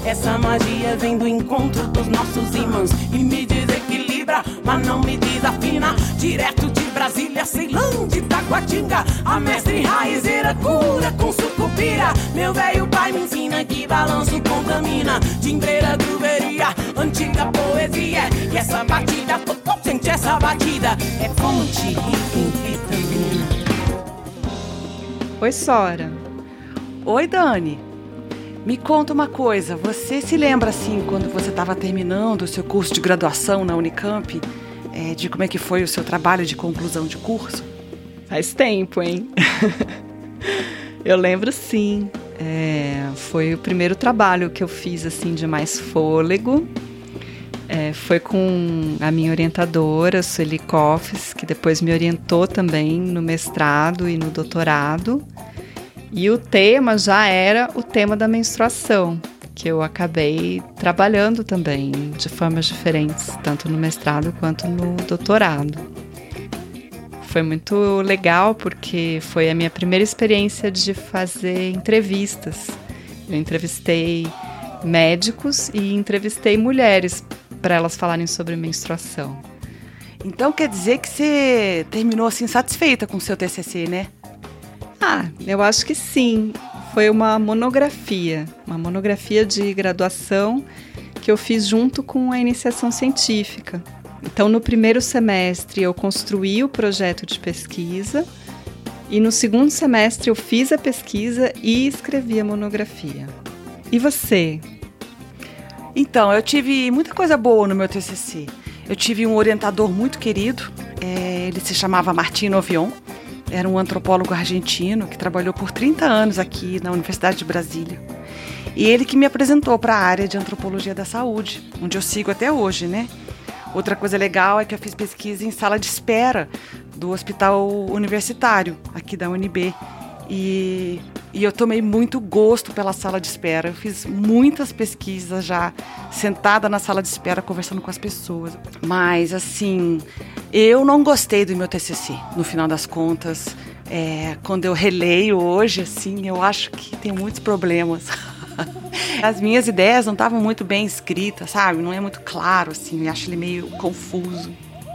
Essa magia vem do encontro dos nossos imãs e me desequilibra, mas não me desafina. Direto de Brasília, Ceilão, de Taguatinga, a mestre raizeira cura com sucupira. Meu velho pai me ensina que balanço contamina. Timbreira, gruveria, antiga poesia. E essa batida, sente essa batida, é fonte rica em vitamina. Oi, Sora. Oi, Dani. Me conta uma coisa, você se lembra, assim, quando você estava terminando o seu curso de graduação na Unicamp, de como é que foi o seu trabalho de conclusão de curso? Faz tempo, hein? Eu lembro, sim. Foi o primeiro trabalho que eu fiz, assim, de mais fôlego. Foi com a minha orientadora, Sueli Koffs, que depois me orientou também no mestrado e no doutorado. E o tema já era o tema da menstruação, que eu acabei trabalhando também de formas diferentes, tanto no mestrado quanto no doutorado. Foi muito legal porque foi a minha primeira experiência de fazer entrevistas. Eu entrevistei médicos e entrevistei mulheres para elas falarem sobre menstruação. Então quer dizer que você terminou assim satisfeita com o seu TCC, né? Eu acho que sim. Foi uma monografia de graduação que eu fiz junto com a iniciação científica. Então, no primeiro semestre, eu construí o projeto de pesquisa e no segundo semestre eu fiz a pesquisa e escrevi a monografia. E você? Então, eu tive muita coisa boa no meu TCC. Eu tive um orientador muito querido, ele se chamava Martino Ovion. Era um antropólogo argentino que trabalhou por 30 anos aqui na Universidade de Brasília. E ele que me apresentou para a área de antropologia da saúde, onde eu sigo até hoje, né? Outra coisa legal é que eu fiz pesquisa em sala de espera do hospital universitário, aqui da UNB. E eu tomei muito gosto pela sala de espera. Eu fiz muitas pesquisas já sentada na sala de espera, conversando com as pessoas. Mas, assim, eu não gostei do meu TCC, no final das contas. Quando eu releio hoje, assim, eu acho que tem muitos problemas. As minhas ideias não estavam muito bem escritas, sabe? Não é muito claro, assim, eu acho ele meio confuso.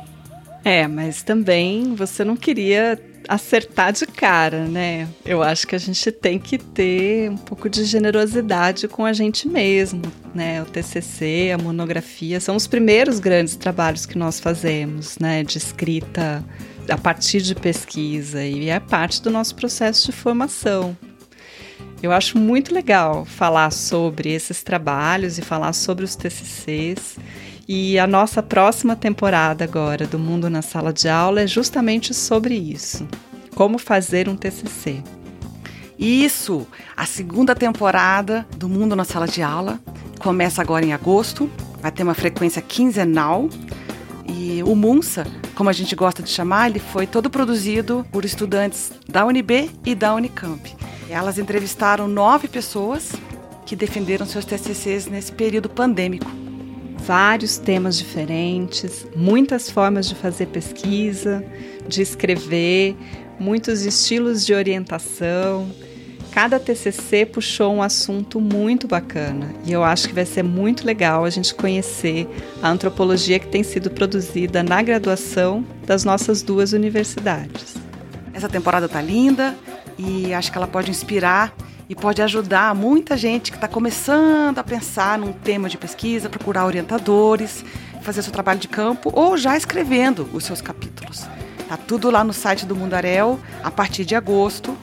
Mas também você não queria acertar de cara, né? Eu acho que a gente tem que ter um pouco de generosidade com a gente mesmo, né? O TCC, a monografia, são os primeiros grandes trabalhos que nós fazemos, né? De escrita a partir de pesquisa e é parte do nosso processo de formação. Eu acho muito legal falar sobre esses trabalhos e falar sobre os TCCs. E a nossa próxima temporada agora do Mundo na Sala de Aula é justamente sobre isso. Como fazer um TCC. Isso! A segunda temporada do Mundo na Sala de Aula começa agora em agosto. Vai ter uma frequência quinzenal. E o MUNSA, como a gente gosta de chamar, ele foi todo produzido por estudantes da UNB e da Unicamp. Elas entrevistaram 9 pessoas que defenderam seus TCCs nesse período pandêmico. Vários temas diferentes, muitas formas de fazer pesquisa, de escrever, muitos estilos de orientação. Cada TCC puxou um assunto muito bacana e eu acho que vai ser muito legal a gente conhecer a antropologia que tem sido produzida na graduação das nossas duas universidades. Essa temporada tá linda e acho que ela pode inspirar e pode ajudar muita gente que está começando a pensar num tema de pesquisa, procurar orientadores, fazer seu trabalho de campo ou já escrevendo os seus capítulos. Tá tudo lá no site do Mundaréu a partir de agosto,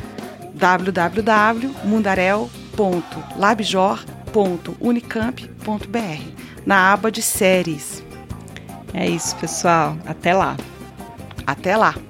www.mundaréu.labjor.unicamp.br, na aba de séries. É isso, pessoal. Até lá. Até lá.